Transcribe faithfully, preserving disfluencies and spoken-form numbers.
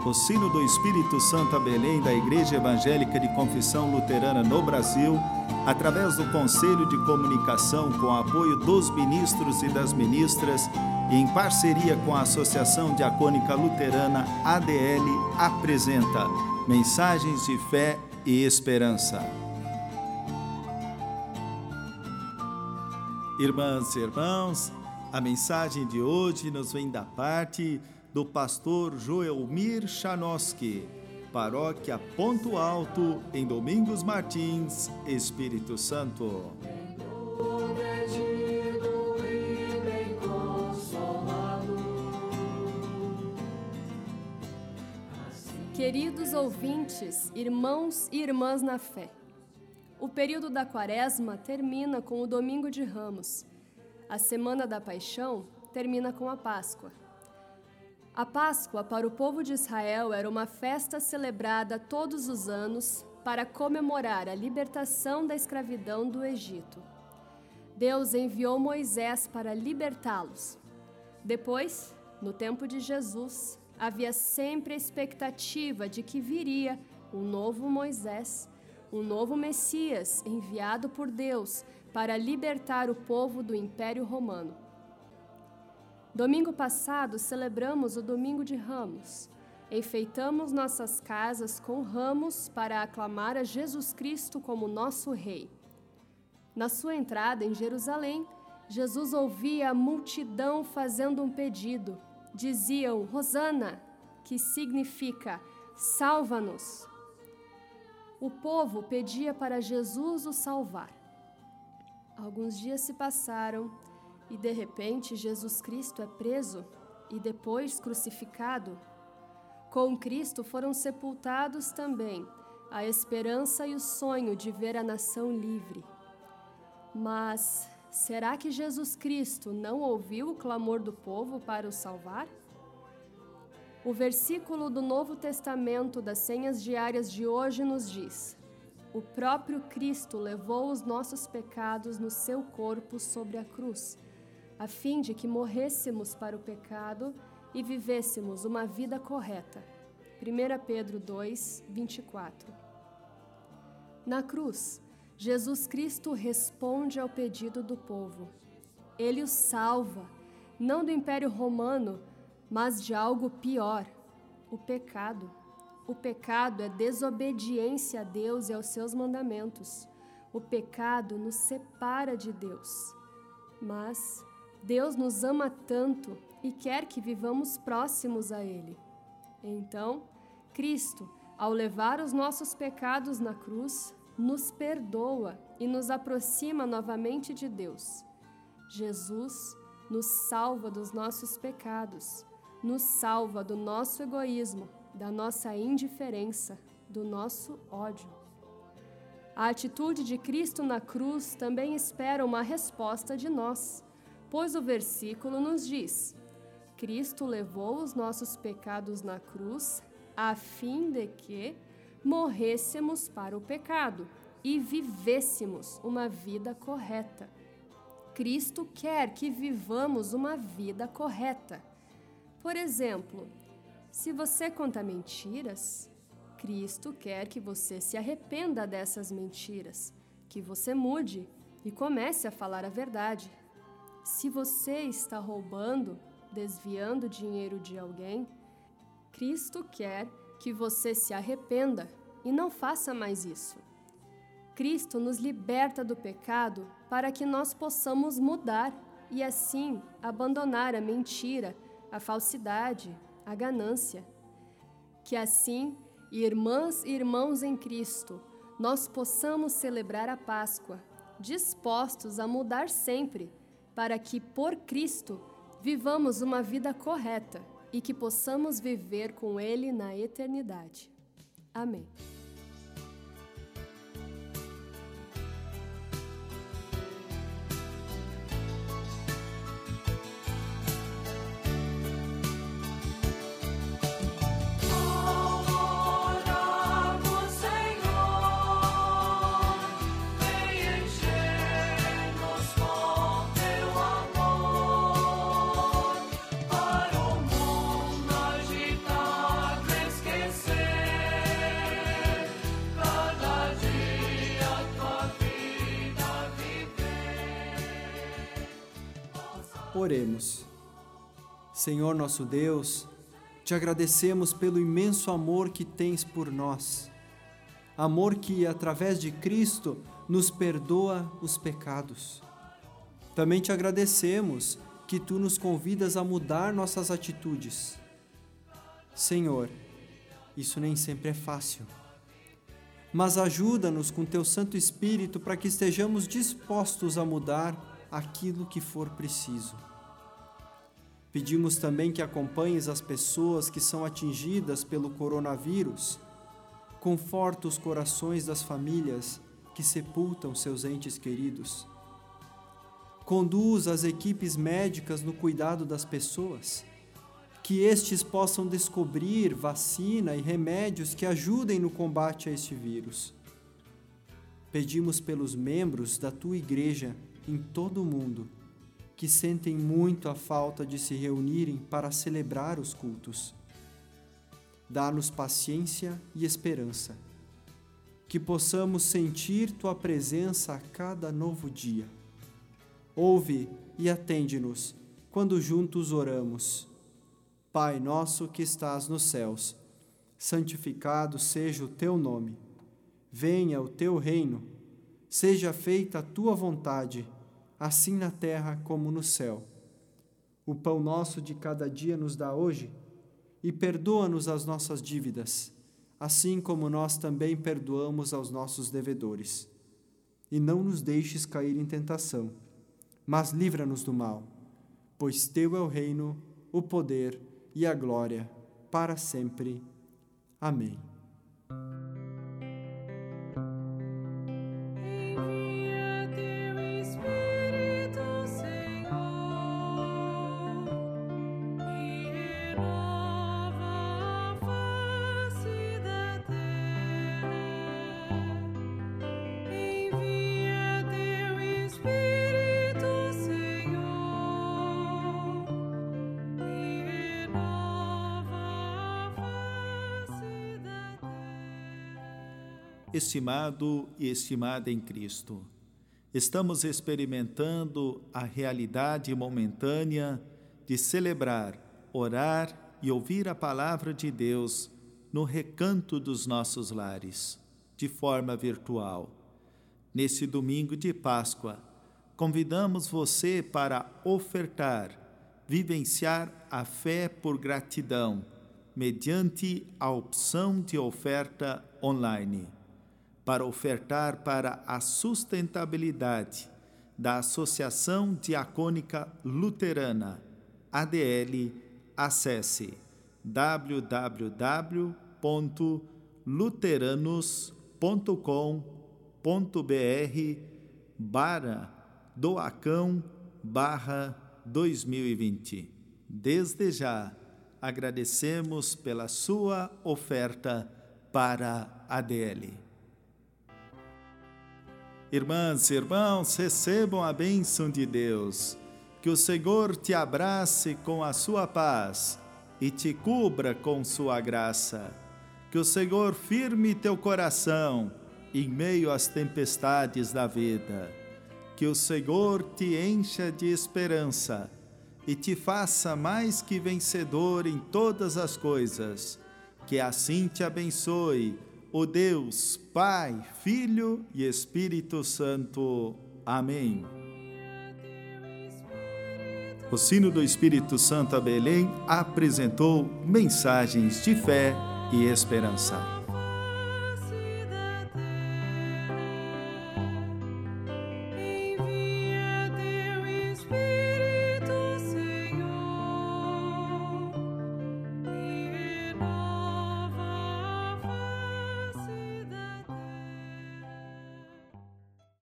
o Sino do Espírito Santo a Belém da Igreja Evangélica de Confissão Luterana no Brasil, através do Conselho de Comunicação com o apoio dos ministros e das ministras e em parceria com a Associação Diacônica Luterana A D L, apresenta Mensagens de Fé e Esperança. Irmãs e irmãos, a mensagem de hoje nos vem da parte do pastor Joelmir Chanoski, paróquia Ponto Alto, em Domingos Martins, Espírito Santo. Queridos ouvintes, irmãos e irmãs na fé, o período da Quaresma termina com o Domingo de Ramos. A Semana da Paixão termina com a Páscoa. A Páscoa, para o povo de Israel, era uma festa celebrada todos os anos para comemorar a libertação da escravidão do Egito. Deus enviou Moisés para libertá-los. Depois, no tempo de Jesus, havia sempre a expectativa de que viria um novo Moisés, um novo Messias enviado por Deus para libertar o povo do Império Romano. Domingo passado celebramos o Domingo de Ramos. Enfeitamos nossas casas com ramos para aclamar a Jesus Cristo como nosso Rei. Na sua entrada em Jerusalém, Jesus ouvia a multidão fazendo um pedido. Diziam, Hosana, que significa salva-nos. O povo pedia para Jesus o salvar. Alguns dias se passaram e, de repente, Jesus Cristo é preso e depois crucificado. Com Cristo foram sepultados também a esperança e o sonho de ver a nação livre. Mas será que Jesus Cristo não ouviu o clamor do povo para o salvar? O versículo do Novo Testamento das senhas diárias de hoje nos diz: o próprio Cristo levou os nossos pecados no seu corpo sobre a cruz, a fim de que morrêssemos para o pecado e vivêssemos uma vida correta. primeira Pedro dois, vinte e quatro. Na cruz, Jesus Cristo responde ao pedido do povo. Ele os salva, não do Império Romano, mas de algo pior, o pecado. O pecado é desobediência a Deus e aos seus mandamentos. O pecado nos separa de Deus. Mas Deus nos ama tanto e quer que vivamos próximos a Ele. Então, Cristo, ao levar os nossos pecados na cruz, nos perdoa e nos aproxima novamente de Deus. Jesus nos salva dos nossos pecados, nos salva do nosso egoísmo, da nossa indiferença, do nosso ódio. A atitude de Cristo na cruz também espera uma resposta de nós, pois o versículo nos diz: Cristo levou os nossos pecados na cruz, a fim de que morrêssemos para o pecado e vivêssemos uma vida correta. Cristo quer que vivamos uma vida correta. Por exemplo, se você conta mentiras, Cristo quer que você se arrependa dessas mentiras, que você mude e comece a falar a verdade. Se você está roubando, desviando dinheiro de alguém, Cristo quer que você se arrependa e não faça mais isso. Cristo nos liberta do pecado para que nós possamos mudar e assim abandonar a mentira, a falsidade, a ganância. Que assim, irmãs e irmãos em Cristo, nós possamos celebrar a Páscoa, dispostos a mudar sempre, para que, por Cristo, vivamos uma vida correta e que possamos viver com Ele na eternidade. Amém. Para o mundo agitar, Oremos. Senhor nosso Deus, te agradecemos pelo imenso amor que tens por nós. Amor que, através de Cristo, nos perdoa os pecados. Também te agradecemos que tu nos convidas a mudar nossas atitudes. Senhor, isso nem sempre é fácil, mas ajuda-nos com teu Santo Espírito para que estejamos dispostos a mudar aquilo que for preciso. Pedimos também que acompanhes as pessoas que são atingidas pelo coronavírus. Conforta os corações das famílias que sepultam seus entes queridos. Conduz as equipes médicas no cuidado das pessoas, que estes possam descobrir vacina e remédios que ajudem no combate a este vírus. Pedimos pelos membros da tua igreja em todo o mundo, que sentem muito a falta de se reunirem para celebrar os cultos. Dá-nos paciência e esperança, que possamos sentir tua presença a cada novo dia. Ouve e atende-nos quando juntos oramos. Pai nosso que estás nos céus, santificado seja o teu nome. Venha o teu reino, seja feita a tua vontade, assim na terra como no céu. O pão nosso de cada dia nos dá hoje, e perdoa-nos as nossas dívidas, assim como nós também perdoamos aos nossos devedores. E não nos deixes cair em tentação, mas livra-nos do mal, pois teu é o reino, o poder e a glória, para sempre. Amém. Estimado e estimada em Cristo, estamos experimentando a realidade momentânea de celebrar, orar e ouvir a palavra de Deus no recanto dos nossos lares, de forma virtual. Nesse domingo de Páscoa, convidamos você para ofertar, vivenciar a fé por gratidão, mediante a opção de oferta online, para ofertar para a sustentabilidade da Associação Diacônica Luterana, A D L. Acesse w w w ponto luteranos ponto com ponto b r barra doacão barra dois mil e vinte. Desde já, agradecemos pela sua oferta para a A D L. Irmãs e irmãos, recebam a bênção de Deus. Que o Senhor te abrace com a sua paz e te cubra com sua graça. Que o Senhor firme teu coração em meio às tempestades da vida. Que o Senhor te encha de esperança e te faça mais que vencedor em todas as coisas. Que assim te abençoe o Deus, Pai, Filho e Espírito Santo. Amém. O Sino do Espírito Santo a Belém apresentou mensagens de fé e esperança.